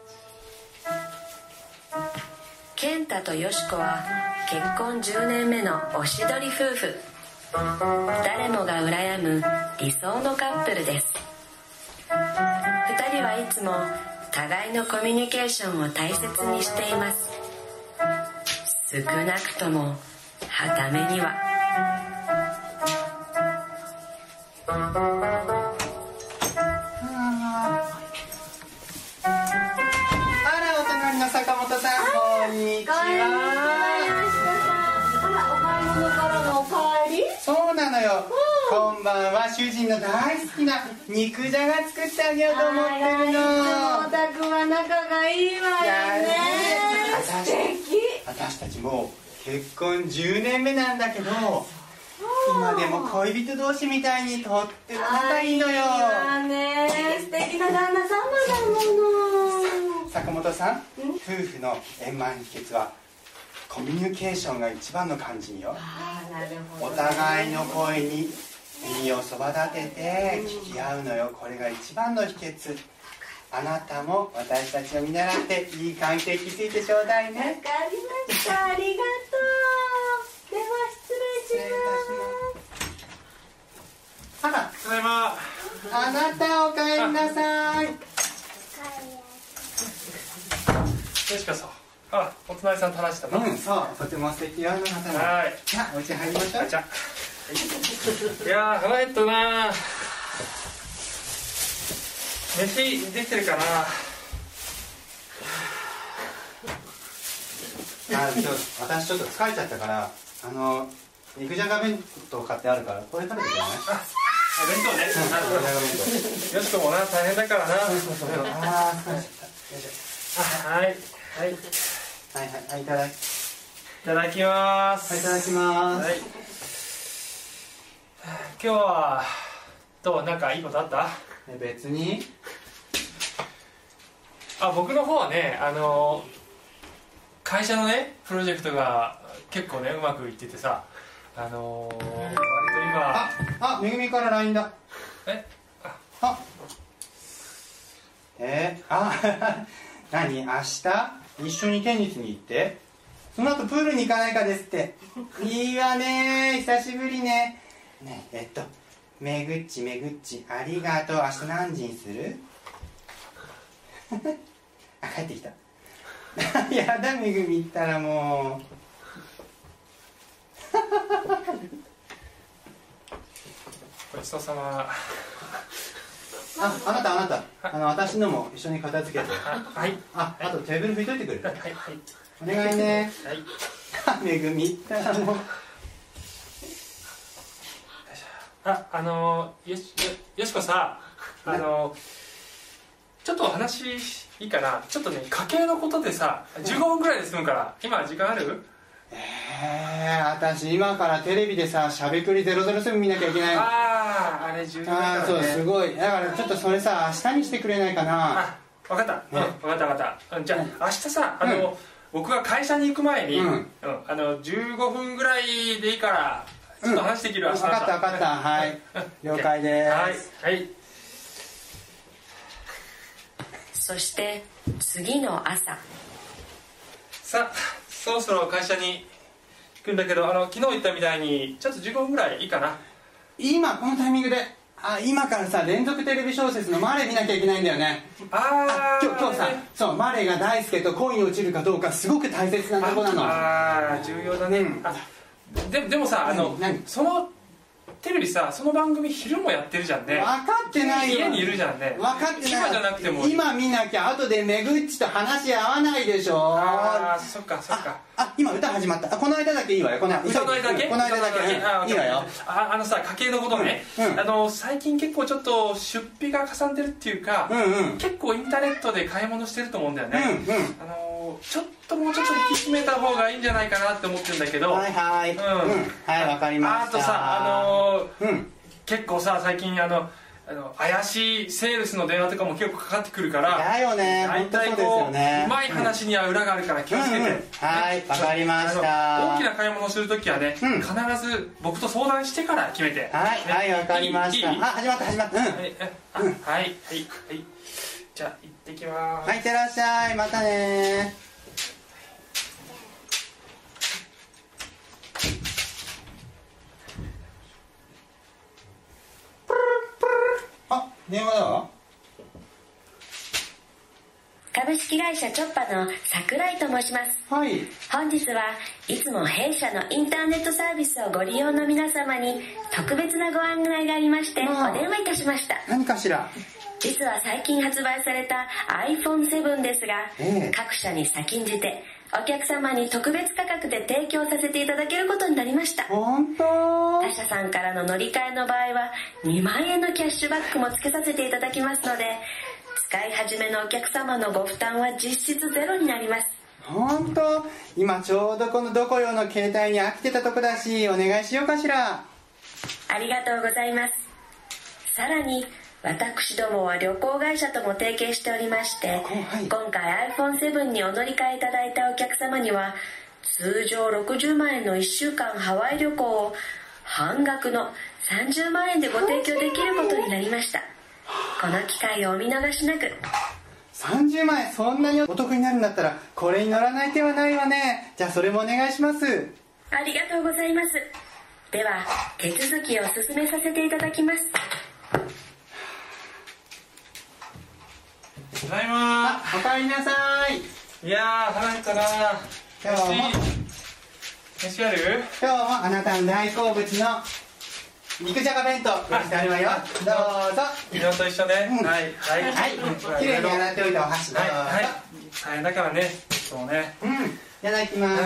健太とよしこは結婚10年目のおしどり夫婦。誰もが羨む理想のカップルです。2人はいつも互いのコミュニケーションを大切にしています。少なくともはためには。 あら、お隣の坂本さん、こんにちは。そうなのよ。今晩は主人の大好きな肉じゃが作ってあげようと思ってるの。 お宅は仲がいいわよね。素敵。 私たちも結婚10年目なんだけど、今でも恋人同士みたいにとっても仲いいのよ。 素敵な旦那様だもの。 坂本さん、夫婦の円満秘訣はコミュニケーションが一番の肝心よ。 なるほど、 お互いの声に耳をそば立てて聞き合うのよ。これが一番の秘訣。あなたも私たちを見習っていい関係築いてちょうだいね。 わかりました。ありがとう。では失礼します。 あら、 ただいま。 あなたお帰りなさい。 よしかそう。あ、お隣さんと話したの。 そう、とても素敵よ、あの方も。 はい。 じゃあ、お家入りましょう。 じゃいやー、腹減ったな。飯できてるかな。 私ちょっと疲れちゃったから、肉じゃが弁当買ってあるから、これ食べてくれない？ 弁当ね。よしこもな、大変だからな。 ああ、疲れちゃった。よいしょ。 はい。はい。 いただきます。 いただきます。 はい。今日はどう、なんかいいことあった？ 別に。 僕の方はね、会社のねプロジェクトが結構ねうまくいっててさ、割と今。 めぐみから LINE だ。何、明日一緒にテニスに行って、その後プールに行かないかですって。いいわね、久しぶりね。めぐっちありがとう。明日何時にする？帰ってきた。やだ、めぐみったらもう。 ごちそうさま。 あなた、私のも一緒に片付けて。 はい。 あとテーブル拭いといてくれる？ はい。 お願いね。 はい。 めぐみったらもう。 よしこさ、ちょっとお話いいかな。ちょっとね、家計のことでさ、15分くらいで済むから。今時間ある？ 私今からテレビでさ、しゃべくり007見なきゃいけないの。 あれ重要だからね。 そう、すごい。だからちょっとそれさ、明日にしてくれないかな。 分かった。分かった。じゃあ明日さ、僕が会社に行く前に、15分ぐらいでいいからちょっと話できる？ 分かった。はい。了解です。 はい。 そして次の朝。 さあ、そろそろ会社に行くんだけど、昨日言ったみたいにちょっと15分ぐらいいいかな。 今このタイミングで、今からさ、連続テレビ小説のマレー見なきゃいけないんだよね。今日さ、そう、マレーが大輔と恋に落ちるかどうかすごく大切なとこなの。 重要だね。でもさ、そのテレビさ、その番組昼もやってるじゃんね。 分かってないよ。 家にいるじゃんね。 分かってない。 今じゃなくても今見なきゃ後でめぐっちと話合わないでしょ。 そっか。 今歌始まった。この間だけいいわよ。 歌の間だけいいわよ。 さ、家計のことね、最近結構ちょっと出費がかさんでるっていうか、結構インターネットで買い物してると思うんだよね。もうちょっと引き締めた方がいいんじゃないかなって思ってるんだけど。 はい、わかりました。 あとさ、結構さ、最近怪しいセールスの電話とかも結構かかってくるから、 だよね、 大体こう、うまい話には裏があるから気をつけて。 はい、わかりました。 大きな買い物をするときはね、必ず僕と相談してから決めて。 はい、わかりました。始まった。 はい。 じゃあ行ってきます。 はい、いってらっしゃい。またね。あ、電話だわ。 株式会社チョッパの桜井と申します。 はい。 本日はいつも弊社のインターネットサービスをご利用の皆様に特別なご案内がありましてお電話いたしました。 何かしら。 実は最近発売された iPhone7 ですが、各社に先んじてお客様に特別価格で提供させていただけることになりました。 本当？ 他社さんからの乗り換えの場合は2万円のキャッシュバックもつけさせていただきますので、使い始めのお客様のご負担は実質ゼロになります。 本当？今ちょうどこのどこよの携帯に飽きてたとこだし、お願いしようかしら。 ありがとうございます。さらに私どもは旅行会社とも提携しておりまして、今回 iPhone7 にお乗り換えいただいたお客様には通常60万円の1週間ハワイ旅行を半額の30万円でご提供できることになりました。この機会をお見逃しなく。 30万円そんなにお得になるんだったらこれに乗らない手はないわね。じゃあそれもお願いします。 ありがとうございます。では手続きを進めさせていただきます。 ただいま。 おかえりなさい。 いやー腹減ったな。 今日も飯ある？ 今日もあなたの大好物の肉じゃが弁当用意してあるわよ。どうぞ。 色と一緒ね。はいはいはい。綺麗に洗っておいたお箸どうぞ。 はい。大変だからね。そうね。 いただきます。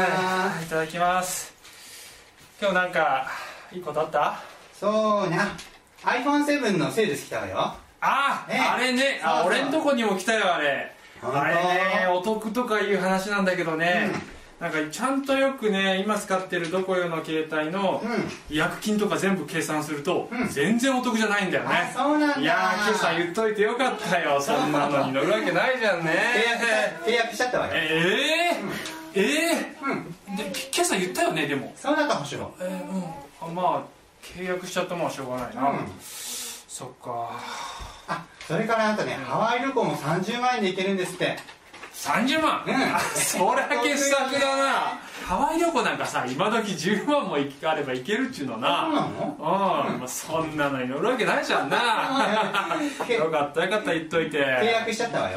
いただきます。今日なんかいいことあった？ そうね。iPhone7 のセールス来たわよ。 あれね。俺んとこにも来たよあれ。あれね、お得とかいう話なんだけどね。なんかちゃんとよくね、今使ってるドコヨの携帯の違約金とか全部計算すると全然お得じゃないんだよね。 そうなんだ。 いやー、今朝言っといてよかったよ。そんなのに乗るわけないじゃんね。 契約しちゃったわよ。 で今朝言ったよね。でもそうだったかしら。 まあ契約しちゃったもんはしょうがないな。そっか。 それからあとね、ハワイ旅行も30万円で行けるんですって。 30万？そりゃ傑作だな。ハワイ旅行なんかさ、今時10万もあれば行けるっちゅうのな。 そうなの？ そんなのに乗るわけないじゃんな。よかったよかった、言っといて。 契約しちゃったわよ。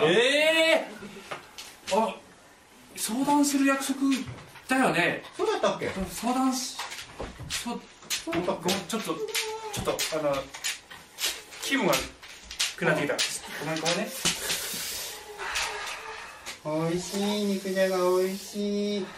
相談する約束だよね。 そうだったっけ？ 相談しそうちょっと気分がくなってきた。ごめんね。 おいしい、肉じゃがおいしい。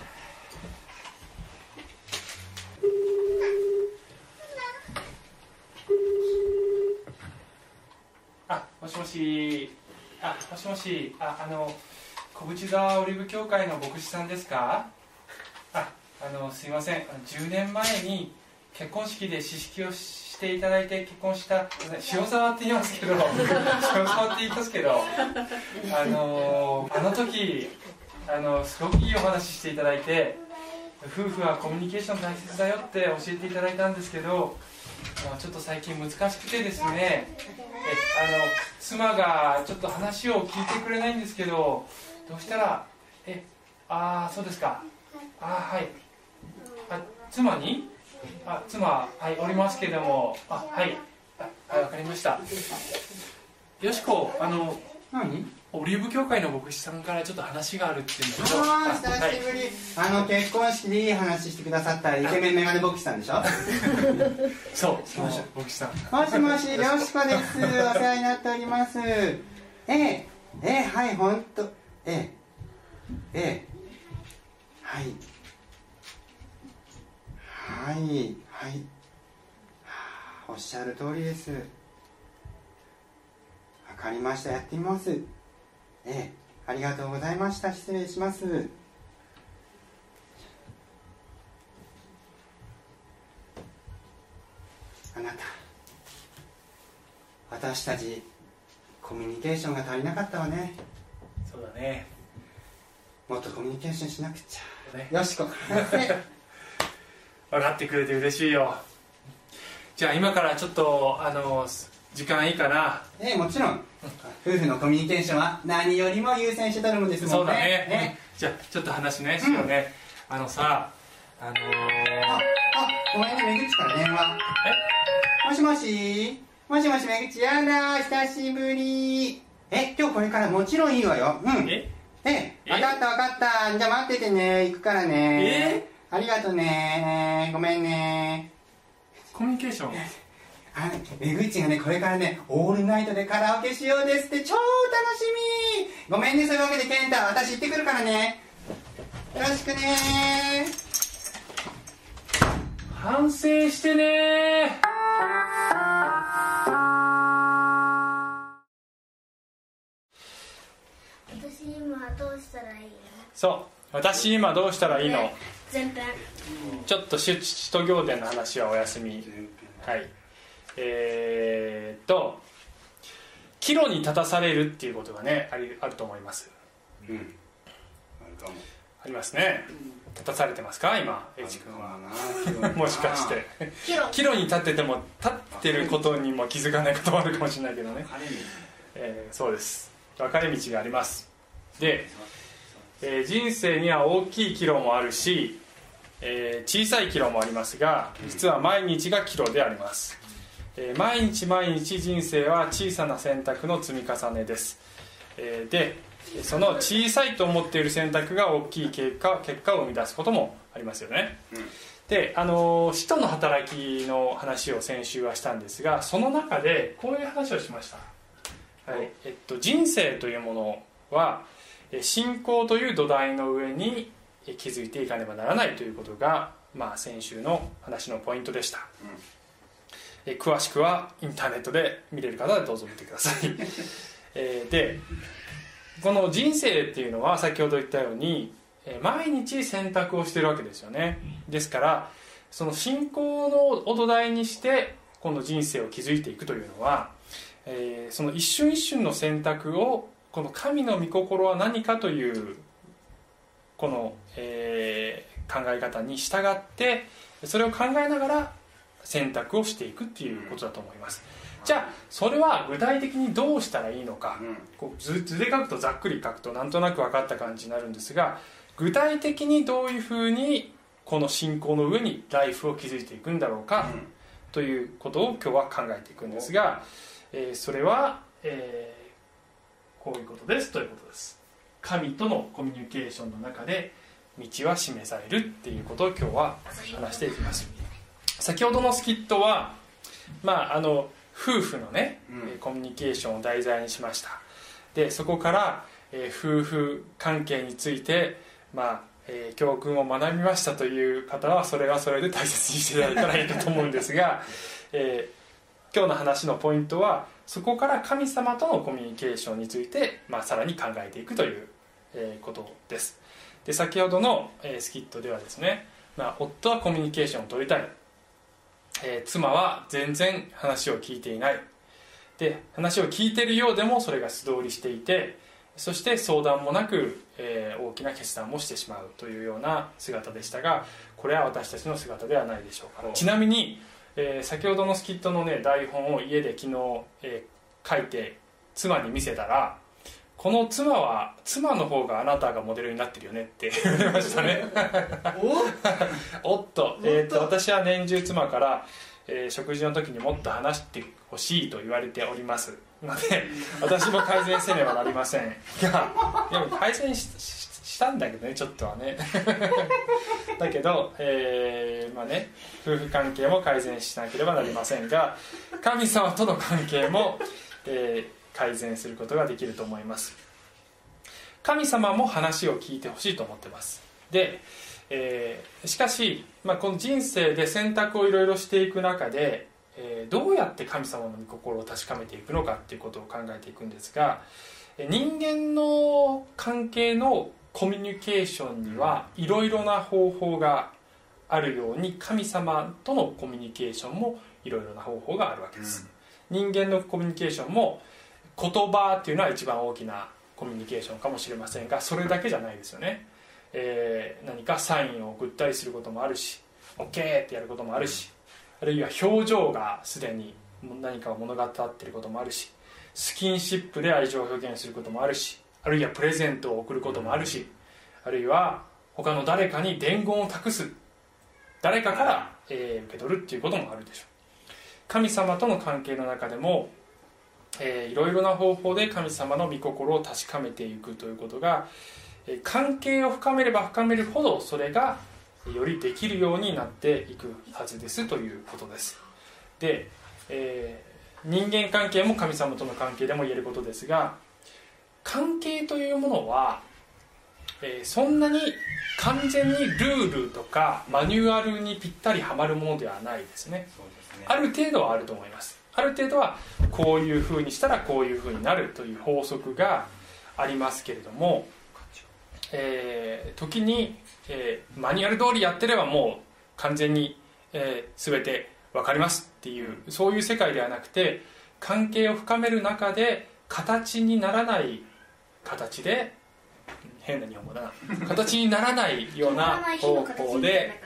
もしもし。もしもし。小淵沢オリーブ協会の牧師さんですか？すいません。10年前に結婚式で試式をしていただいて結婚した塩沢って言いますけど塩沢って言いますけどあの時すごくいいお話していただいて、夫婦はコミュニケーション大切だよって教えていただいたんですけど、ちょっと最近難しくてですね、妻がちょっと話を聞いてくれないんですけど、どうしたらそうですか。はい。妻に妻、おりますけれども、わかりました。よしこ、 何？ オリーブ協会の牧師さんからちょっと話があるっていうんだけど。 久しぶり。結婚式でいい話してくださったイケメンメガネ牧師さんでしょ？ そう、牧師さん。 もしもし、よしこです。お世話になっております。はい、ほんと。はい。おっしゃる通りです。わかりました。やってみます。ありがとうございました。失礼します。あなた、私たちコミュニケーションが足りなかったわね。 そうだね。 もっとコミュニケーションしなくちゃ、 ね、 よしこ分かってくれて嬉しいよ。じゃあ今からちょっと時間いいかな。 もちろん夫婦のコミュニケーションは何よりも優先して取るもんですもんね。 そうだね。じゃあちょっと話ねしようね。さごめんね、めぐちから電話。もしもしもしもし、めぐち、やだ久しぶり。今日これからもちろんいいわよ。分かった分かった。じゃあ待っててね、行くからね。ありがとね、ごめんね。 コミュニケーション、 めぐちがね、これからね、オールナイトでカラオケしようですって。超楽しみ。ごめんね、そういうわけで健太、私行ってくるからね。よろしくね。 反省してね。 私今どうしたらいいの？ そう、私今どうしたらいいの？ 前編。 ちょっと首都行伝の話はお休み。はい。岐路に立たされるっていうことがね、あると思います。 あるかも。 ありますね。立たされてますか今、エイジ君は。もしかして岐路に立ってても立ってることにも気づかないこともあるかもしれないけどね。そうです。分かれ道があります。で、人生には大きい岐路もあるし、小さい岐路もありますが、実は毎日が岐路であります。毎日毎日人生は小さな選択の積み重ねです。で、その小さいと思っている選択が大きい結果を生み出すこともありますよね。で、使徒の働きの話を先週はしたんですが、その中でこういう話をしました。人生というものは信仰という土台の上に築いていかねばならないということが、先週の話のポイントでした。詳しくはインターネットで見れる方はどうぞ見てください。で、この人生っていうのは先ほど言ったように毎日選択をしているわけですよね。ですからその信仰の土台にしてこの人生を築いていくというのは、その一瞬一瞬の選択をこの神の御心は何かというこの、考え方に従ってそれを考えながら選択をしていくっていうことだと思います。じゃあそれは具体的にどうしたらいいのか、こう図で書くとざっくり書くとなんとなく分かった感じになるんですが、具体的にどういうふうにこの信仰の上にライフを築いていくんだろうかということを今日は考えていくんですが、それは、こういうことですということです。神とのコミュニケーションの中で道は示されるっていうことを今日は話していきます。先ほどのスキットは夫婦のね、コミュニケーションを題材にしました。でそこから、夫婦関係について教訓を学びましたという方はそれはそれで大切にしていただいたらいいかと思うんですが、今日の話のポイントはそこから神様とのコミュニケーションについて、さらに考えていくという、ことです。で先ほどの、スキットではですね、夫はコミュニケーションを取りたい、妻は全然話を聞いていない。で話を聞いているようでもそれが素通りしていて、そして相談もなく、大きな決断もしてしまうというような姿でしたが、これは私たちの姿ではないでしょうか。ちなみに、先ほどのスキットの、台本を家で昨日、書いて妻に見せたら、この妻の方があなたがモデルになってるよねって言われましたね。おっと、私は年中妻から、食事の時にもっと話してほしいと言われておりますので、私も改善せねばなりませんが、でも改善したんだけどね、ちょっとはね。だけど、夫婦関係も改善しなければなりませんが、神様との関係も、改善することができると思います。神様も話を聞いてほしいと思ってます。で、しかし、この人生で選択をいろいろしていく中で、どうやって神様の御心を確かめていくのかっていうことを考えていくんですが、人間の関係のコミュニケーションにはいろいろな方法があるように、神様とのコミュニケーションもいろいろな方法があるわけです。人間のコミュニケーションも言葉っていうのは一番大きなコミュニケーションかもしれませんが、それだけじゃないですよね。何かサインを送ったりすることもあるし、 OK ってやることもあるし、あるいは表情がすでに何かを物語っていることもあるし、スキンシップで愛情を表現することもあるし、あるいはプレゼントを贈ることもあるし、あるいは他の誰かに伝言を託す、誰かから、受け取るっていうこともあるでしょう。神様との関係の中でも、いろいろな方法で神様の御心を確かめていくということが、関係を深めれば深めるほどそれがよりできるようになっていくはずですということです。で、人間関係も神様との関係でも言えることですが、関係というものは、そんなに完全にルールとかマニュアルにぴったりはまるものではないですね。ある程度はあると思います。ある程度はこういうふうにしたらこういうふうになるという法則がありますけれども、時に、マニュアル通りやってればもう完全に、全て分かりますっていう、そういう世界ではなくて、関係を深める中で形にならない形で、変な日本語だな、形にならないような方法で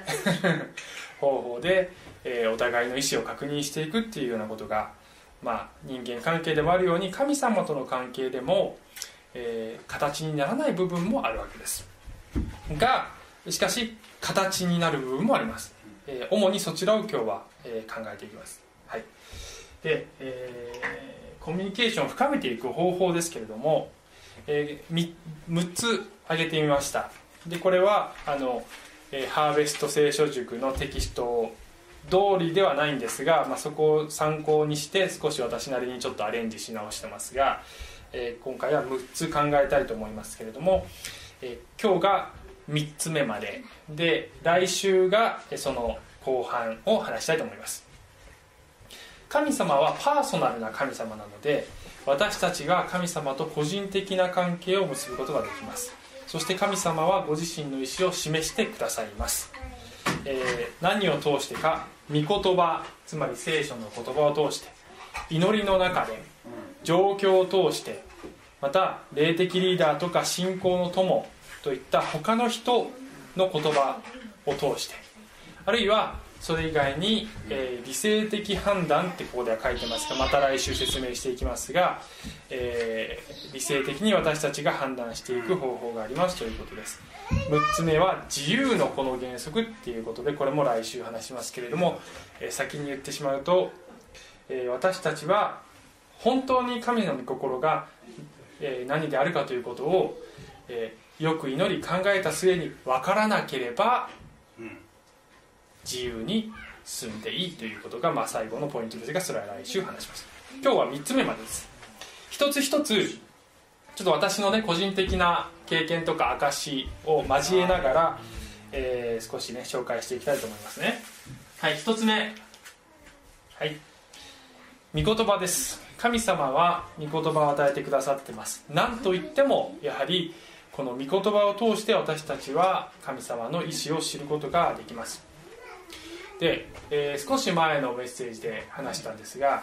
お互いの意思を確認していくっていうようなことが、人間関係でもあるように神様との関係でも、形にならない部分もあるわけですが、しかし形になる部分もあります。主にそちらを今日は、考えていきます。はい。で、コミュニケーションを深めていく方法ですけれども、6つ挙げてみました。でこれはハーベスト聖書塾のテキスト通りではないんですが、そこを参考にして少し私なりにちょっとアレンジし直してますが、今回は6つ考えたいと思いますけれども、今日が3つ目までで、来週がその後半を話したいと思います。神様はパーソナルな神様なので、私たちが神様と個人的な関係を結ぶことができます。そして神様はご自身の意思を示してくださいます。何を通してか、御言葉、つまり聖書の言葉を通して、祈りの中で、状況を通して、また霊的リーダーとか信仰の友といった他の人の言葉を通して、あるいはそれ以外に、理性的判断ってここでは書いてますが、また来週説明していきますが、理性的に私たちが判断していく方法がありますということです。6つ目は自由のこの原則っていうことで、これも来週話しますけれども、先に言ってしまうと、私たちは本当に神の御心が、何であるかということを、よく祈り考えた末に分からなければ自由に進んでいいということが、最後のポイントですが、それは来週話します。今日は3つ目までです。一つ一つちょっと私のね、個人的な経験とか証を交えながら、少しね紹介していきたいと思いますね。はい、1つ目、はい、御言葉です。神様は御言葉を与えてくださってます。なんといってもやはりこの御言葉を通して私たちは神様の意思を知ることができます。で、少し前のメッセージで話したんですが、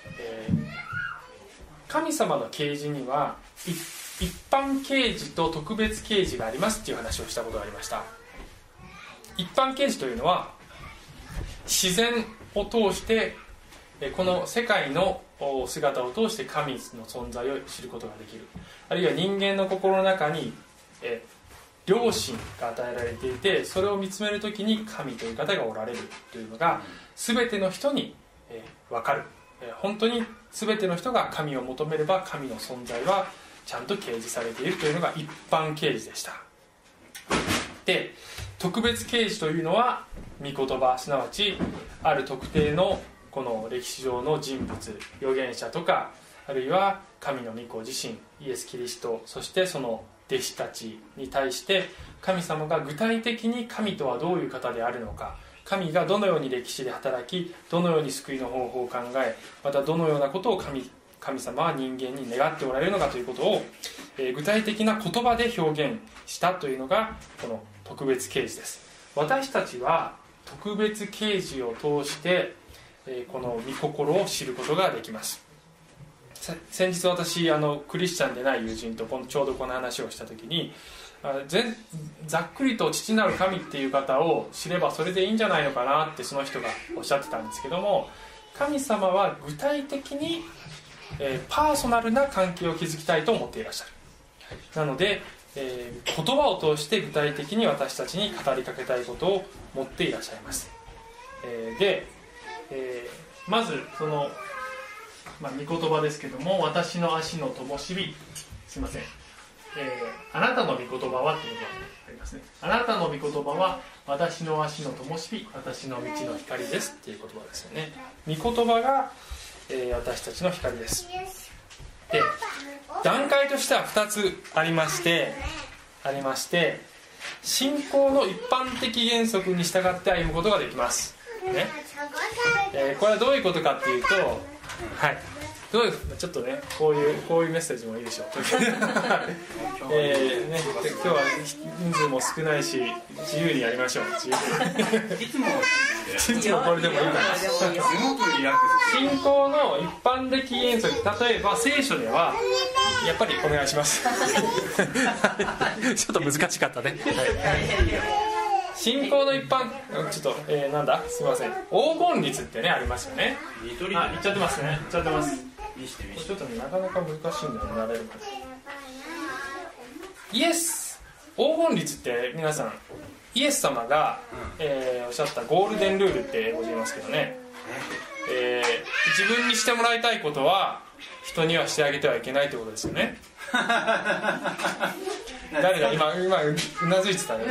神様の啓示には一般啓示と特別啓示がありますっていう話をしたことがありました。一般啓示というのは自然を通してこの世界の姿を通して神の存在を知ることができる。あるいは人間の心の中に良心が与えられていて、それを見つめるときに神という方がおられるというのが全ての人に分かる。本当に全ての人が神を求めれば神の存在はちゃんと掲示されているというのが一般啓示でした。で、特別啓示というのは御言葉、すなわちある特定のこの歴史上の人物、預言者とか、あるいは神の御子自身、イエス・キリスト、そしてその弟子たちに対して神様が具体的に神とはどういう方であるのか、神がどのように歴史で働き、どのように救いの方法を考え、またどのようなことを神様は人間に願っておられるのかということを、具体的な言葉で表現したというのがこの特別啓示です。私たちは特別啓示を通してこの御心を知ることができます。先日私クリスチャンでない友人とちょうどこの話をした時に、ざっくりと父なる神っていう方を知ればそれでいいんじゃないのかなってその人がおっしゃってたんですけども、 神様は具体的に、パーソナルな関係を築きたいと思っていらっしゃる。なので、言葉を通して具体的に私たちに語りかけたいことを持っていらっしゃいます。で、まずその、御言葉ですけども、私の足の灯火、すいません、あなたの御言葉はということがありますね。あなたの御言葉は私の足の灯火、私の道の光ですっていう言葉ですよね。御言葉が、私たちの光です。で、段階としては2つありまして信仰の一般的原則に従って歩むことができます、ね。これはどういうことかっていうと、はい、ちょっとね、こういうメッセージもいいでしょう。今日は人数も少ないし自由にやりましょう。いつもこれでもいいかな。信仰の一般的原則、例えば聖書ではやっぱりお願いしますちょっと難しかったね、はい、信仰の一般、ちょっと、なんだ、すみません、黄金律ってねありますよね。言っちゃってますね。ちょっとね、なかなか難しいんだよね、慣れるまで。黄金律って皆さん、イエス様が、おっしゃったゴールデンルールってございますけどね、自分にしてもらいたいことは人にはしてあげてはいけないということですよね。誰だ、今うなずいてたね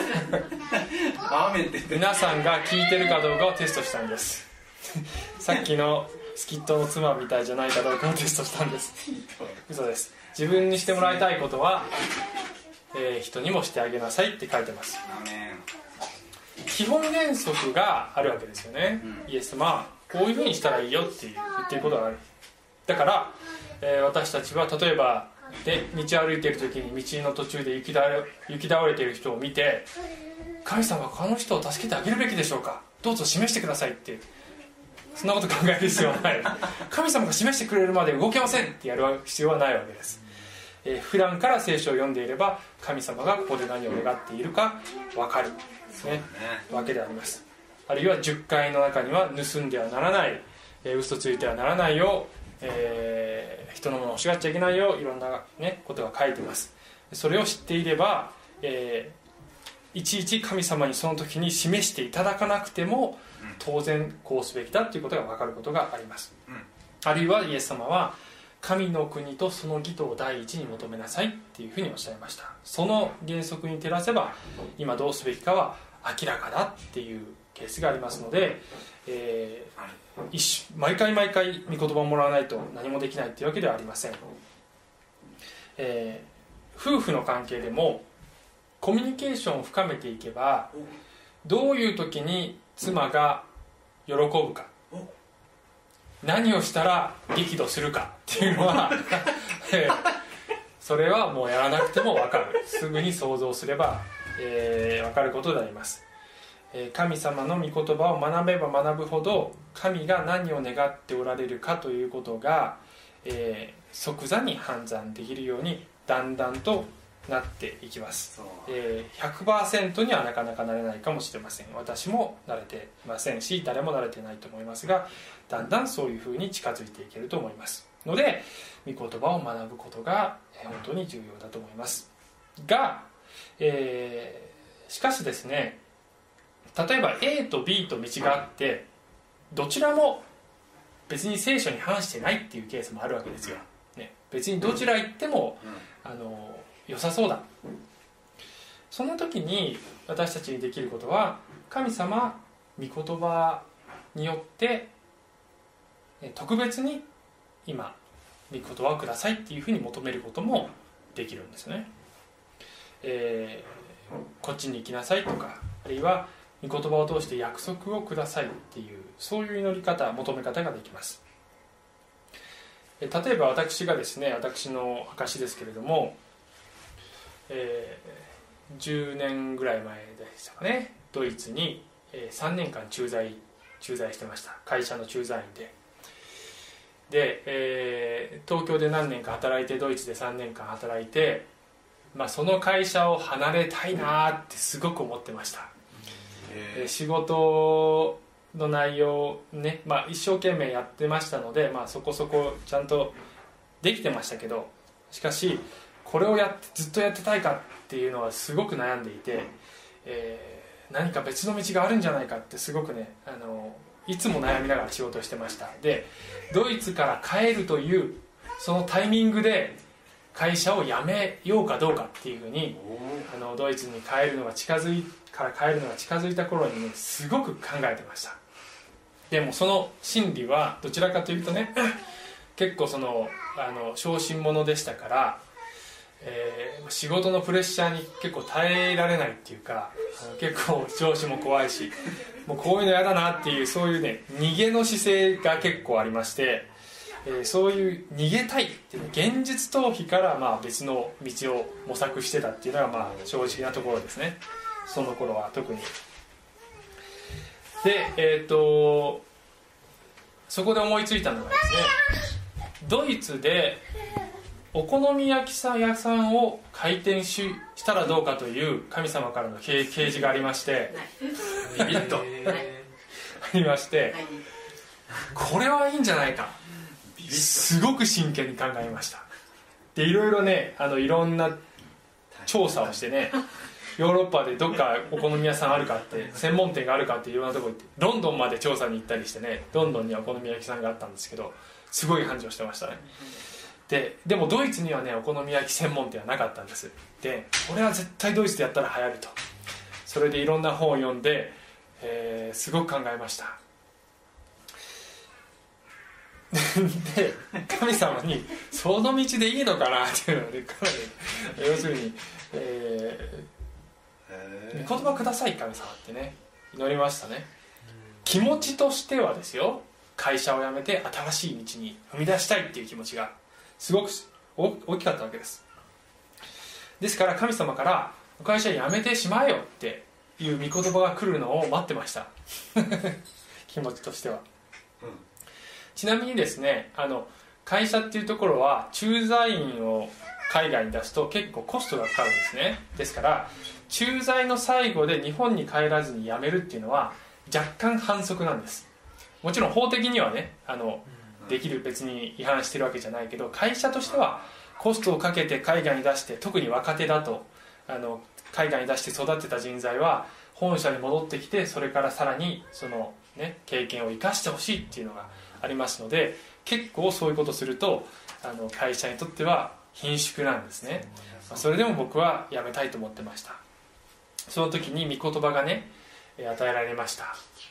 皆さんが聞いてるかどうかをテストしたんですさっきのスキットの妻みたいじゃないかどうかをテストしたんです。嘘です。自分にしてもらいたいことは、人にもしてあげなさいって書いてます。基本原則があるわけですよね、イエス様はこういうふうにしたらいいよって言ってることがある。だから、私たちは例えばで道を歩いている時に道の途中で行き倒れている人を見て、神様はこの人を助けてあげるべきでしょうか、どうぞ示してくださいって、そんなこと考える必要はない。神様が示してくれるまで動けませんってやる必要はないわけです。普段から聖書を読んでいれば神様がここで何を願っているか分かる、ね、わけであります。あるいは10回の中には盗んではならない、嘘ついてはならないよ、人のものを欲しがっちゃいけないよ、いろんな、ね、ことが書いています。それを知っていれば、いちいち神様にその時に示していただかなくても当然こうすべきだということが分かることがあります、あるいはイエス様は神の国とその義とを第一に求めなさいっていうふうにおっしゃいました。その原則に照らせば今どうすべきかは明らかだっていうケースがありますので、毎回御言葉をもらわないと何もできないっていうわけではありません。夫婦の関係でもコミュニケーションを深めていけば、どういう時に妻が喜ぶか、何をしたら激怒するかっていうのはそれはもうやらなくても分かる。すぐに想像すれば、分かることであります。神様の御言葉を学べば学ぶほど神が何を願っておられるかということが、即座に判断できるようにだんだんとなっていきます。100% にはなかなかなれないかもしれません。私も慣れていませんし、誰も慣れてないと思いますが、だんだんそういうふうに近づいていけると思いますので、御言葉を学ぶことが本当に重要だと思いますが、しかしですね、例えば A と B と道があってどちらも別に聖書に反してないっていうケースもあるわけですよ、ね、別にどちら行っても、良さそうだ。その時に私たちにできることは、神様御言葉によって特別に今御言葉をくださいっていうふうに求めることもできるんですね。こっちに行きなさいとか、あるいは御言葉を通して約束をくださいっていう、そういう祈り方、求め方ができます。例えば私がですね、私の証ですけれども、10年ぐらい前でしたかね、ドイツに3年間駐在してました。会社の駐在員で、東京で何年か働いて、ドイツで3年間働いて、その会社を離れたいなってすごく思ってました。仕事の内容をね、一生懸命やってましたので、そこそこちゃんとできてましたけど、しかしこれをずっとやってたいかっていうのはすごく悩んでいて、何か別の道があるんじゃないかってすごくね、いつも悩みながら仕事をしてました。でドイツから帰るというそのタイミングで会社を辞めようかどうかっていうふうに、ドイツに帰るのが近づいた頃にね、すごく考えてました。でもその心理はどちらかというとね結構小心者でしたから、仕事のプレッシャーに結構耐えられないっていうか、結構上司も怖いし、もうこういうの嫌だなっていう、そういうね逃げの姿勢が結構ありまして、そういう逃げたいっていう現実逃避から別の道を模索してたっていうのが正直なところですね、その頃は特に。でそこで思いついたのがですね、ドイツでお好み焼き屋さんを開店したらどうかという神様からの啓示がありまして、ビビッとありまして、これはいいんじゃないか、すごく真剣に考えました。でいろいろね、いろんな調査をしてね、ヨーロッパでどっかお好み屋さんあるかって、専門店があるかっていろんなとこ行って、ロンドンまで調査に行ったりしてね、ロンドンにはお好み焼きさんがあったんですけど、すごい繁盛してましたね。でもドイツにはねお好み焼き専門店はなかったんです。でこれは絶対ドイツでやったら流行ると、それでいろんな本を読んで、すごく考えました。で神様にその道でいいのかなっていうので、要するに、御言葉ください神様ってね祈りましたね。気持ちとしてはですよ、会社を辞めて新しい道に踏み出したいっていう気持ちがすごく大きかったわけです。ですから神様から会社辞めてしまえよっていう御言葉が来るのを待ってました気持ちとしては、ちなみにですね、会社っていうところは駐在員を海外に出すと結構コストがかかるんですね。ですから駐在の最後で日本に帰らずに辞めるっていうのは若干反則なんです。もちろん法的にはねできる、別に違反してるわけじゃないけど、会社としてはコストをかけて海外に出して、特に若手だと海外に出して育てた人材は本社に戻ってきて、それからさらにその、経験を生かしてほしいっていうのがありますので、結構そういうことをすると会社にとっては貧縮なんですね。それでも僕は辞めたいと思ってました。その時に御言葉がね与えられました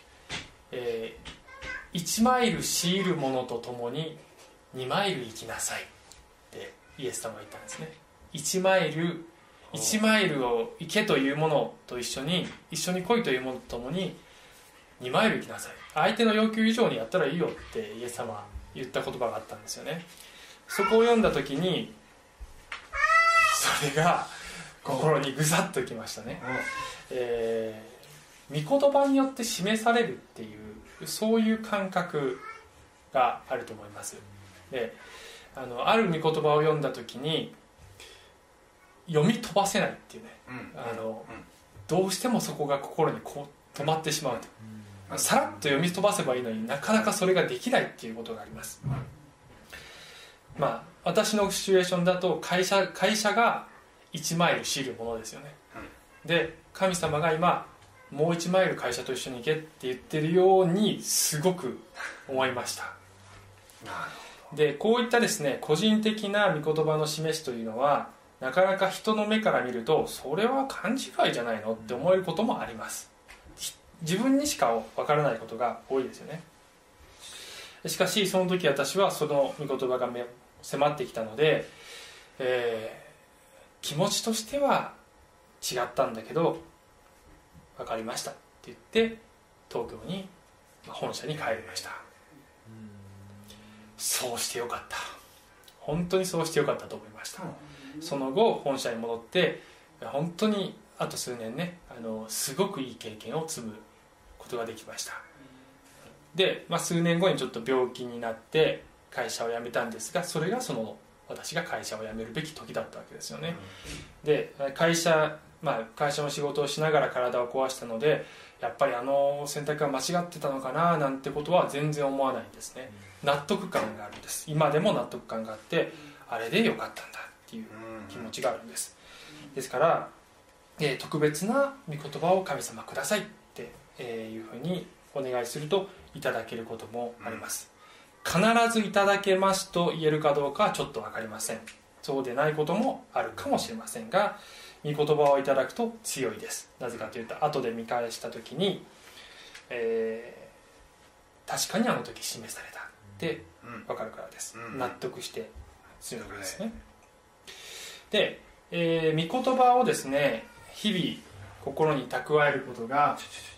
。1マイル強いる者と共に2マイル行きなさいってイエス様が言ったんですね。1マイルを行けというものと一緒に来いというものと共に2マイル行きなさい、相手の要求以上にやったらいいよってイエス様は言った言葉があったんですよね。そこを読んだ時にそれが心にぐさっときましたね。御言葉によって示されるっていう、そういう感覚があると思います。である御言葉を読んだ時に読み飛ばせないっていうね、どうしてもそこが心にこう止まってしまうと、さらっと読み飛ばせばいいのになかなかそれができないっていうことがあります。私のシチュエーションだと会社が1マイル強いるものですよね。で神様が今もう1マイル会社と一緒に行けって言ってるようにすごく思いました。でこういったですね個人的な御言葉の示しというのはなかなか人の目から見るとそれは勘違いじゃないのって思えることもあります。自分にしか分からないことが多いですよね。しかしその時私はその御言葉が迫ってきたので、気持ちとしては違ったんだけど分かりましたって言って東京に本社に帰りました。そうしてよかった、本当にそうしてよかったと思いました。その後本社に戻って本当にあと数年ねすごくいい経験を積むことができました。で、数年後にちょっと病気になって会社を辞めたんですが、それが私が会社を辞めるべき時だったわけですよね。で会社会社の仕事をしながら体を壊したのでやっぱりあの選択は間違ってたのかななんてことは全然思わないんですね。納得感があるんです。今でも納得感があってあれでよかったんだっていう気持ちがあるんです。ですから、特別な御言葉を神様くださいっていうふうにお願いするといただけることもあります。必ずいただけますと言えるかどうかはちょっと分かりません。そうでないこともあるかもしれませんが、御言葉をいただくと強いです。なぜかというと後で見返した時に、確かにあの時示されたって分かるからです。納得して強いですね。で、御言葉をですね日々心に蓄えることが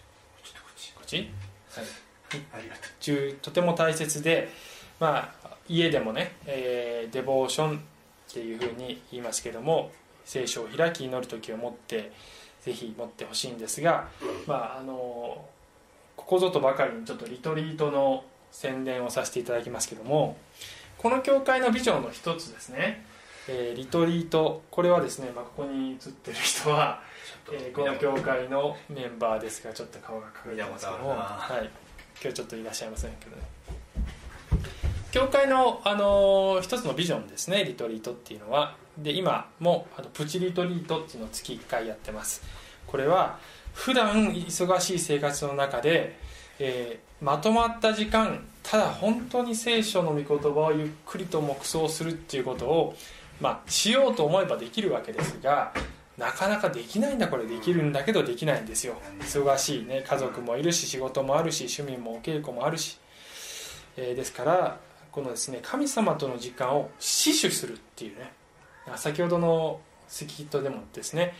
とても大切で、家でもね、デボーションっていうふうに言いますけども、聖書を開き祈る時を持ってぜひ持ってほしいんですが、ここぞとばかりにちょっとリトリートの宣伝をさせていただきますけども、この教会のビジョンの一つですね、リトリート、これはですね、ここに写ってる人は、この教会のメンバーですが、ちょっと顔が隠れてますけども、はい、今日ちょっといらっしゃいませんけどね。教会の、一つのビジョンですね、リトリートっていうのは。で今もプチリトリートっていうのを月1回やってます。これは普段忙しい生活の中で、まとまった時間、ただ本当に聖書の御言葉をゆっくりと黙想するっていうことを、しようと思えばできるわけですが、なかなかできないんだ。これできるんだけどできないんですよ。忙しいね、家族もいるし仕事もあるし趣味もお稽古もあるし、ですからこのですね、神様との時間を死守するっていうね、先ほどのスキットでもですね、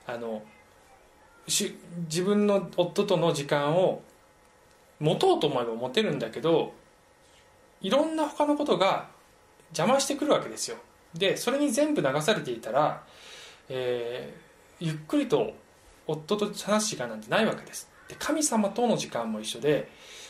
自分の夫との時間を持とうと思えば持てるんだけど、いろんな他のことが邪魔してくるわけですよ。でそれに全部流されていたら、ゆっくりと夫と話す時間なんてないわけです。で神様との時間も一緒で、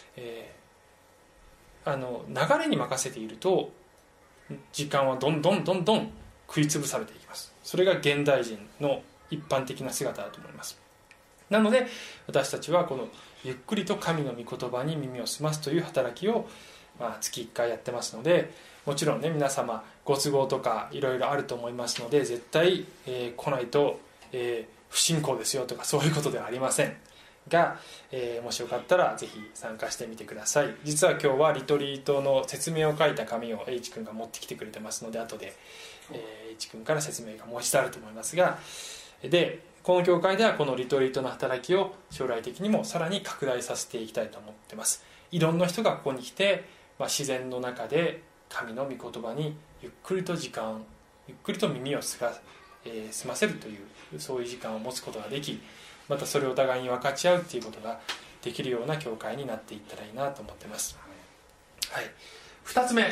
流れに任せていると時間はどんどん食い潰されていきます。それが現代人の一般的な姿だと思います。なので私たちはこのゆっくりと神の御言葉に耳を澄ますという働きを、月1回やってますので、もちろんね、皆様ご都合とかいろいろあると思いますので、絶対、来ないと、不信仰ですよとかそういうことではありませんが、もしよかったらぜひ参加してみてください。実は今日はリトリートの説明を書いた紙を H 君が持ってきてくれてますので、後で、H 君から説明がもう一度あると思いますが、でこの教会ではこのリトリートの働きを将来的にもさらに拡大させていきたいと思ってます。いろんな人がここに来て、自然の中で神の御言葉にゆっくりと耳を澄ませるという、そういう時間を持つことができ、またそれをお互いに分かち合うということができるような教会になっていったらいいなと思ってます。はい、2つ目、はい、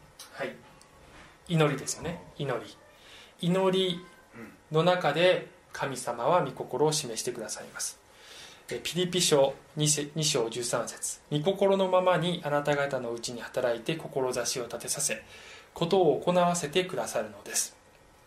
祈りですよね。祈りの中で神様は御心を示してくださいます。ピリピ書 2章13節、御心のままにあなた方のうちに働いて志を立てさせ、ことを行わせてくださるのです。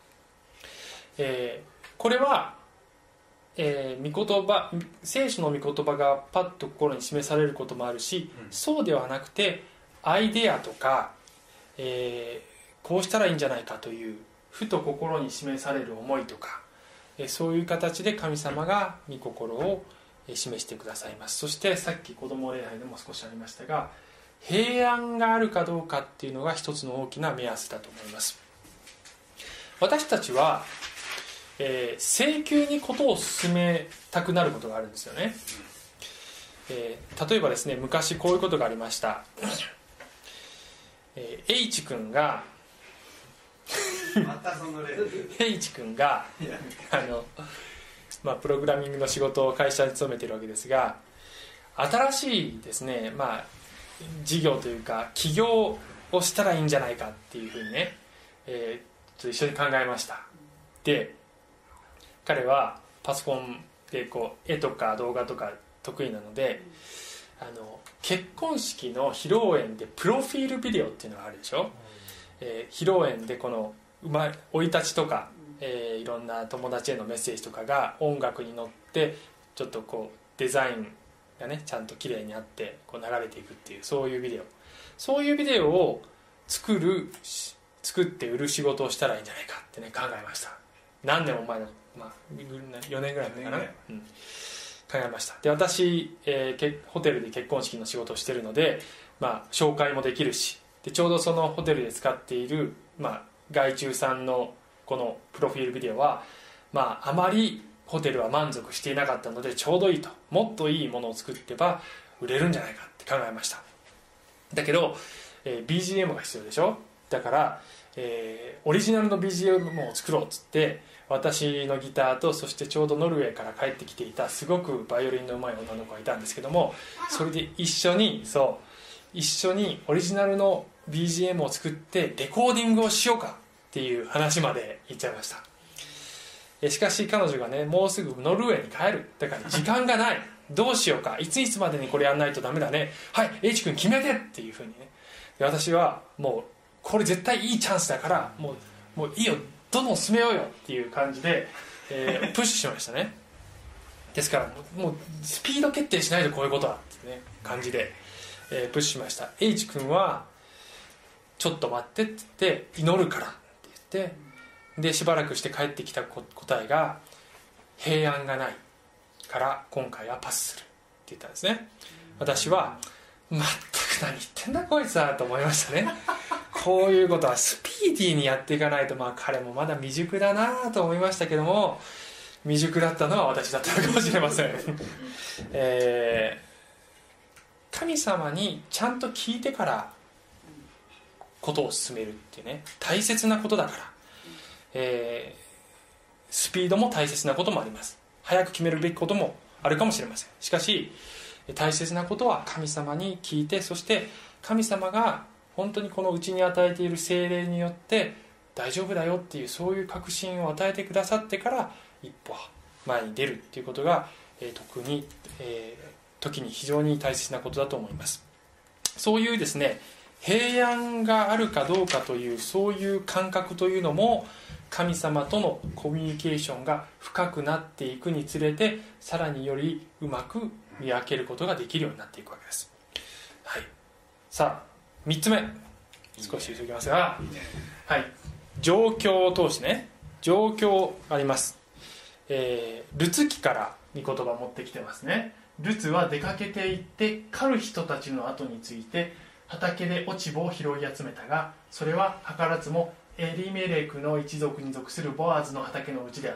これは、御言葉、聖書の御言葉がパッと心に示されることもあるし、そうではなくてアイデアとか、こうしたらいいんじゃないかというふと心に示される思いとか、そういう形で神様が御心を示してくださいます。そしてさっき子ども礼拝でも少しありましたが、平安があるかどうかっていうのが一つの大きな目安だと思います。私たちは、請求にことを進めたくなることがあるんですよね。例えばですね、昔こういうことがありました。H 君がH 君がプログラミングの仕事を会社に勤めているわけですが、新しいですね、事業というか起業をしたらいいんじゃないかっていうふうにね、ちょっと一緒に考えました。で彼はパソコンで絵とか動画とか得意なので、結婚式の披露宴でプロフィールビデオっていうのがあるでしょ。披露宴でこの生い立ちとかいろんな友達へのメッセージとかが音楽に乗ってちょっとこうデザインがねちゃんと綺麗にあってこう流れていくっていうそういうビデオを作って売る仕事をしたらいいんじゃないかってね考えました。何年も前の、4年ぐらい前かな、考えました。で私、ホテルで結婚式の仕事をしているので、紹介もできるしでちょうどそのホテルで使っている、外注さんのこのプロフィールビデオは、あまりホテルは満足していなかったのでちょうどいいと、もっといいものを作ってば売れるんじゃないかって考えました。だけど、BGM が必要でしょ。だから、オリジナルの BGM を作ろうっつって私のギターとそしてちょうどノルウェーから帰ってきていたすごくバイオリンの上手い女の子がいたんですけども、それで一緒にオリジナルの BGM を作ってレコーディングをしようかっていう話まで言っちゃいました。しかし彼女がねもうすぐノルウェーに帰る、だから時間がないどうしようか、いついつまでにこれやんないとダメだね、はい H 君決めてっていうふうにね、で私はもうこれ絶対いいチャンスだからもういいよどんどん進めようよっていう感じで、プッシュしましたね。ですからもうスピード決定しないとこういうことはっていう、ね、感じで、プッシュしました。 H 君はちょっと待ってって言って祈るからって言ってでしばらくして帰ってきた答えが平安がないから今回はパスするって言ったんですね。私は全く何言ってんだこいつはと思いましたね。こういうことはスピーディーにやっていかないと、彼もまだ未熟だなと思いましたけども、未熟だったのは私だったのかもしれません。神様にちゃんと聞いてからことを進めるっていうね大切なことだから、スピードも大切なこともあります。早く決めるべきこともあるかもしれません。しかし大切なことは神様に聞いて、そして神様が本当にこのうちに与えている聖霊によって大丈夫だよっていうそういう確信を与えてくださってから一歩前に出るっていうことが、時に非常に大切なことだと思います。そういうですね平安があるかどうかというそういう感覚というのも神様とのコミュニケーションが深くなっていくにつれてさらによりうまく見分けることができるようになっていくわけです。はい、さあ3つ目少し急ぎますが、はい、状況を通してね状況あります。ルツ記から御言葉を持ってきてますね。ルツは出かけて行って狩る人たちの後について畑で落ち葉を拾い集めたが、それは図らずもエリメレクの一族に属するボアズの畑のうちであった。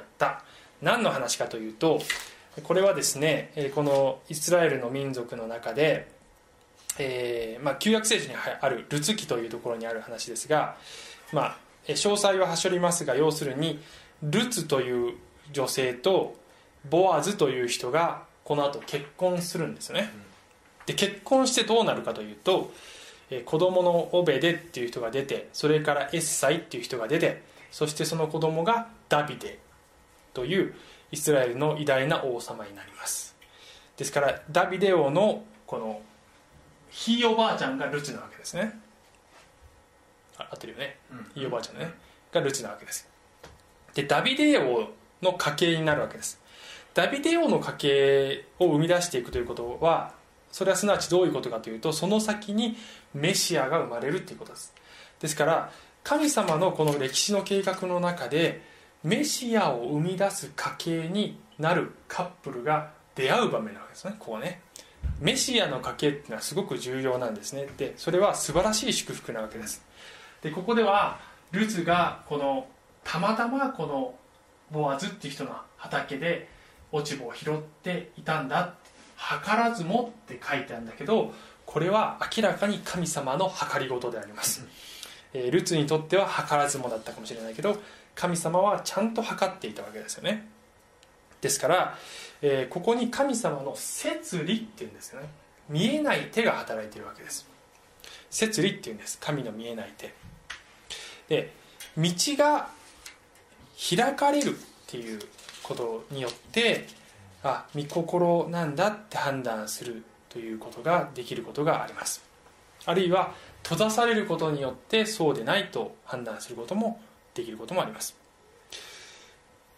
何の話かというと、これはですねこのイスラエルの民族の中で、旧約聖書にあるルツ記というところにある話ですが、詳細ははしょりますが、要するにルツという女性とボアズという人がこの後結婚するんですよね。で結婚してどうなるかというと、子供のオベデっていう人が出て、それからエッサイっていう人が出て、そしてその子供がダビデというイスラエルの偉大な王様になります。ですからダビデ王のこのひいおばあちゃんがルツなわけですね。合ってるよね、ひいおばあちゃんねがルツなわけです。でダビデ王の家系になるわけです。ダビデ王の家系を生み出していくということは、それはすなわちどういうことかというと、その先にメシアが生まれるということです。ですから神様のこの歴史の計画の中でメシアを生み出す家系になるカップルが出会う場面なわけですね。こうねメシアの家系っていうのはすごく重要なんですね。でそれは素晴らしい祝福なわけです。でここではルツがたまたまこのボアズっていう人の畑で落ち葉を拾っていたんだ、図らずもって書いてあるんだけど、これは明らかに神様の計りごとであります。ルツにとっては図らずもだったかもしれないけど、神様はちゃんと計っていたわけですよね。ですから、ここに神様の摂理っていうんですよね。見えない手が働いているわけです。摂理っていうんです。神の見えない手で、道が開かれるっていうことによって御心なんだって判断するということができることがあります。あるいは閉ざされることによってそうでないと判断することもできることもあります。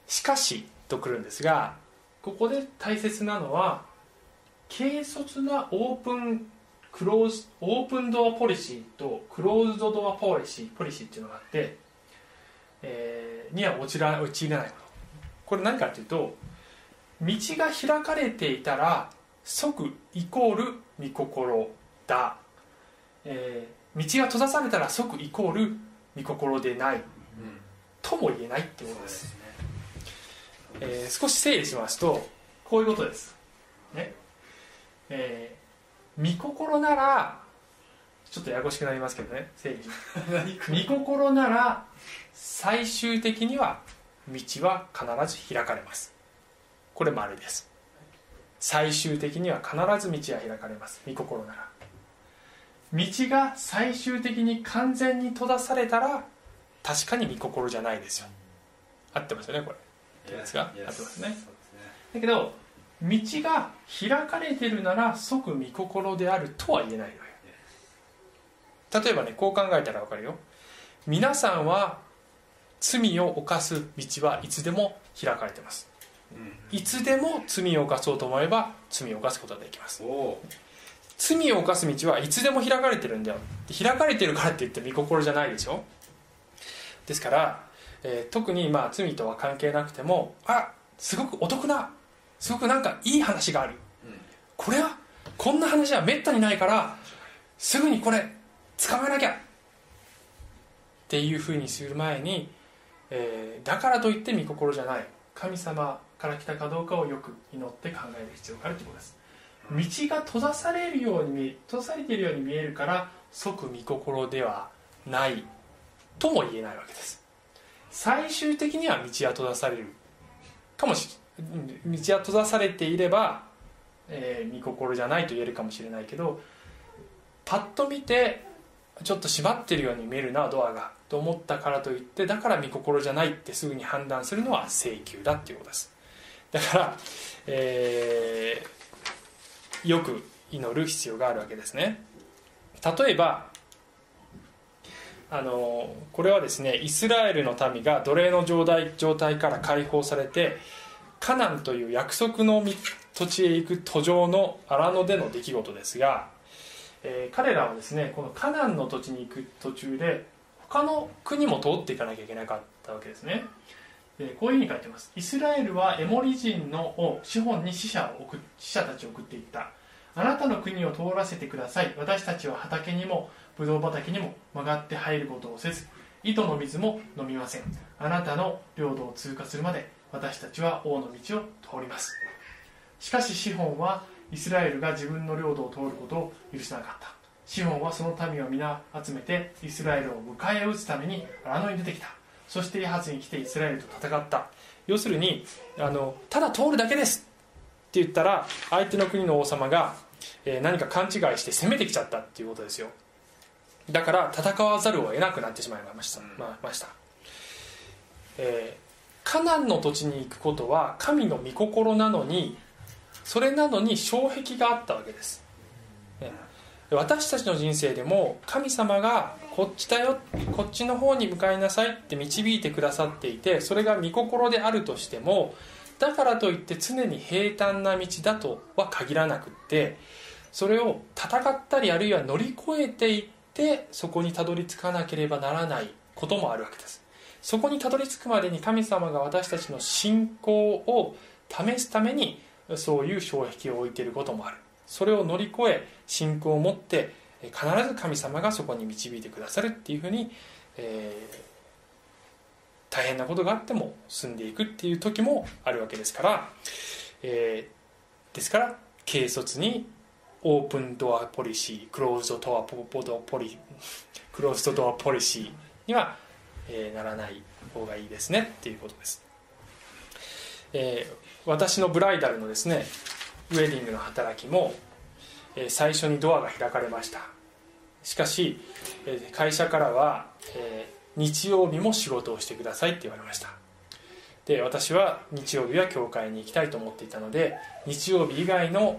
しかしとくるんですが、ここで大切なのは軽率なオープンドアポリシーとクローズドドアポリシーっていうのがあって、には陥らないこと。これ何かというと、道が開かれていたら即イコール御心だ、道が閉ざされたら即イコール御心でない、とも言えないってことです、少し整理しますとこういうことですね。御心なら、ちょっとややこしくなりますけどね、整理します御心なら最終的には道は必ず開かれます。これ丸です。最終的には必ず道は開かれます、御心なら。道が最終的に完全に閉ざされたら確かに御心じゃないですよ。合ってますよね、これ。合ってますか？合ってますね。だけど道が開かれているなら即御心であるとは言えないのよ。例えばね、こう考えたら分かるよ。皆さんは罪を犯す道はいつでも開かれてます。いつでも罪を犯そうと思えば罪を犯すことができます。罪を犯す道はいつでも開かれてるんだよ。開かれてるからって言って御心じゃないでしょ。ですから、特に罪とは関係なくても、すごくお得な、すごくなんかいい話がある、こんな話はめったにないからすぐにこれ捕まえなきゃっていうふうにする前に、だからといって御心じゃない、神様から来たかどうかをよく祈って考える必要があるということです。道が閉ざされているように見えるから即御心ではないとも言えないわけです。最終的には道は閉ざされるかもしれない、道は閉ざされていれば、御心じゃないと言えるかもしれないけど、パッと見てちょっと閉まってるように見えるなドアがと思ったからといって、だから御心じゃないってすぐに判断するのは請求だっていうことです。だから、よく祈る必要があるわけですね。例えばこれはですね、イスラエルの民が奴隷の状態から解放されてカナンという約束の土地へ行く途上の荒野での出来事ですが、彼らはですね、このカナンの土地に行く途中で他の国も通っていかなきゃいけなかったわけですね。でこういうふうに書いてます。イスラエルはエモリ人のシホンに使者たちを送っていった。あなたの国を通らせてください。私たちは畑にもブドウ畑にも曲がって入ることをせず、井戸の水も飲みません。あなたの領土を通過するまで私たちは王の道を通ります。しかしシホンはイスラエルが自分の領土を通ることを許さなかった。シホンはその民を皆集めてイスラエルを迎え撃つために荒野に出てきた。そしてヤハツに来てイスラエルと戦った。要するにただ通るだけですって言ったら、相手の国の王様が何か勘違いして攻めてきちゃったっていうことですよ。だから戦わざるを得なくなってしまいました。カナンの土地に行くことは神の御心なのに、それなのに障壁があったわけです。私たちの人生でも神様がこっちだよ、こっちの方に向かいなさいって導いてくださっていて、それが御心であるとしても、だからといって常に平坦な道だとは限らなくって、それを戦ったりあるいは乗り越えていってそこにたどり着かなければならないこともあるわけです。そこにたどり着くまでに神様が私たちの信仰を試すためにそういう障壁を置いていることもある。それを乗り越え信仰を持って必ず神様がそこに導いてくださるっていうふうに、大変なことがあっても進んでいくっていう時もあるわけですから、ですから軽率にオープンドアポリシー、クローズドドアポリシーには、ならない方がいいですねっていうことです。私のブライダルのですねウェディングの働きも、最初にドアが開かれました。しかし、会社からは、日曜日も仕事をしてくださいって言われました。で、私は日曜日は教会に行きたいと思っていたので、日曜日以外の、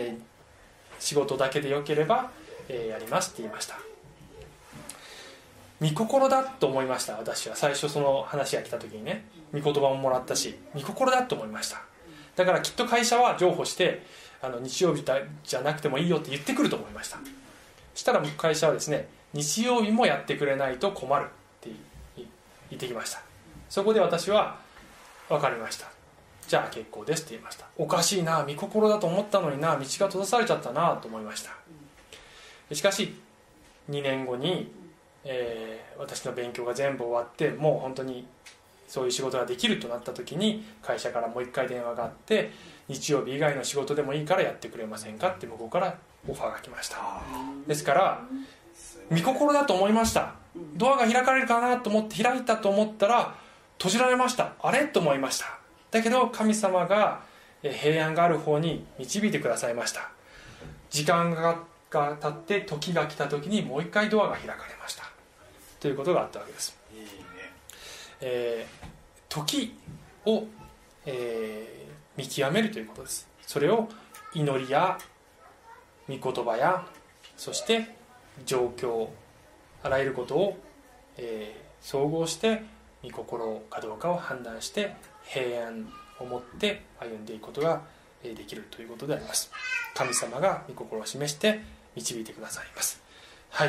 仕事だけでよければ、やりますって言いました。 御心だと思いました。私は最初その話が来た時にね、御言葉ももらったし、御心だと思いました。だからきっと会社は譲歩して日曜日じゃなくてもいいよって言ってくると思いました。そしたら会社はですね、日曜日もやってくれないと困るって言ってきました。そこで私は分かりました、じゃあ結構ですって言いました。おかしいな、御心だと思ったのにな、道が閉ざされちゃったなと思いました。しかし2年後に、私の勉強が全部終わって、もう本当にそういう仕事ができるとなった時に、会社からもう一回電話があって、日曜日以外の仕事でもいいからやってくれませんかって向こうからオファーが来ました。ですから御心だと思いました。ドアが開かれるかなと思って開いたと思ったら閉じられました。あれと思いました。だけど神様が平安がある方に導いてくださいました。時間が経って時が来た時にもう一回ドアが開かれましたということがあったわけです。いいね。時を、見極めるということです。それを祈りや御言葉や、そして状況、あらゆることを、総合して御心かどうかを判断して平安を持って歩んでいくことができるということであります。神様が御心を示して導いてくださいます。はい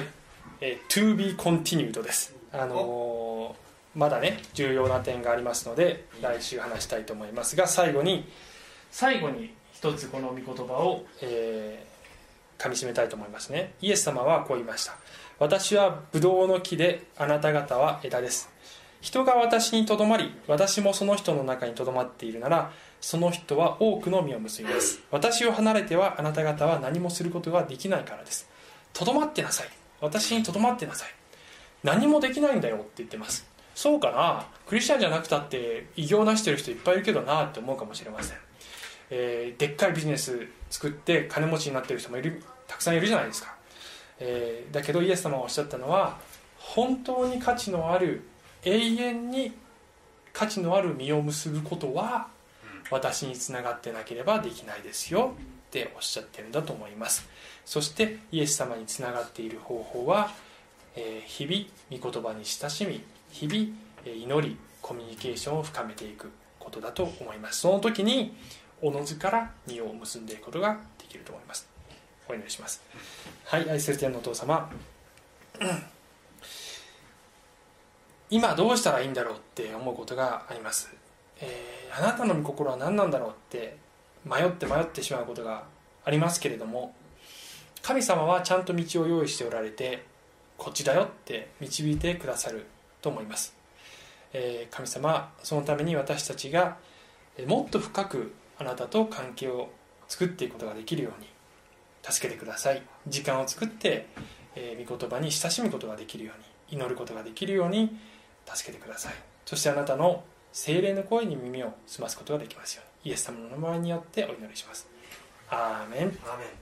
、To be continued です。まだね重要な点がありますので来週話したいと思いますが、最後に一つこの御言葉を、噛み締めたいと思いますね。イエス様はこう言いました。私はブドウの木で、あなた方は枝です。人が私にとどまり、私もその人の中にとどまっているなら、その人は多くの実を結びます。私を離れてはあなた方は何もすることができないからです。とどまってなさい。私にとどまってなさい。何もできないんだよって言ってます。そうかな、クリスチャンじゃなくたって偉業を成してる人いっぱいいるけどなって思うかもしれません。でっかいビジネス作って金持ちになってる人もたくさんいるじゃないですか。だけどイエス様がおっしゃったのは、本当に価値のある、永遠に価値のある実を結ぶことは私につながってなければできないですよっておっしゃってるんだと思います。そしてイエス様につながっている方法は、日々御言葉に親しみ、日々祈り、コミュニケーションを深めていくことだと思います。その時におのずから実を結んでいくことができると思います。お祈りします。はい、愛する天のお父様、今どうしたらいいんだろうって思うことがあります。あなたの御心は何なんだろうって迷ってしまうことがありますけれども、神様はちゃんと道を用意しておられて、こっちだよって導いてくださると思います。神様、そのために私たちがもっと深くあなたと関係を作っていくことができるように助けてください。時間を作って、御言葉に親しむことができるように、祈ることができるように助けてください。そしてあなたの聖霊の声に耳を澄ますことができますように、イエス様の名前によってお祈りします。アーメン。 アーメン。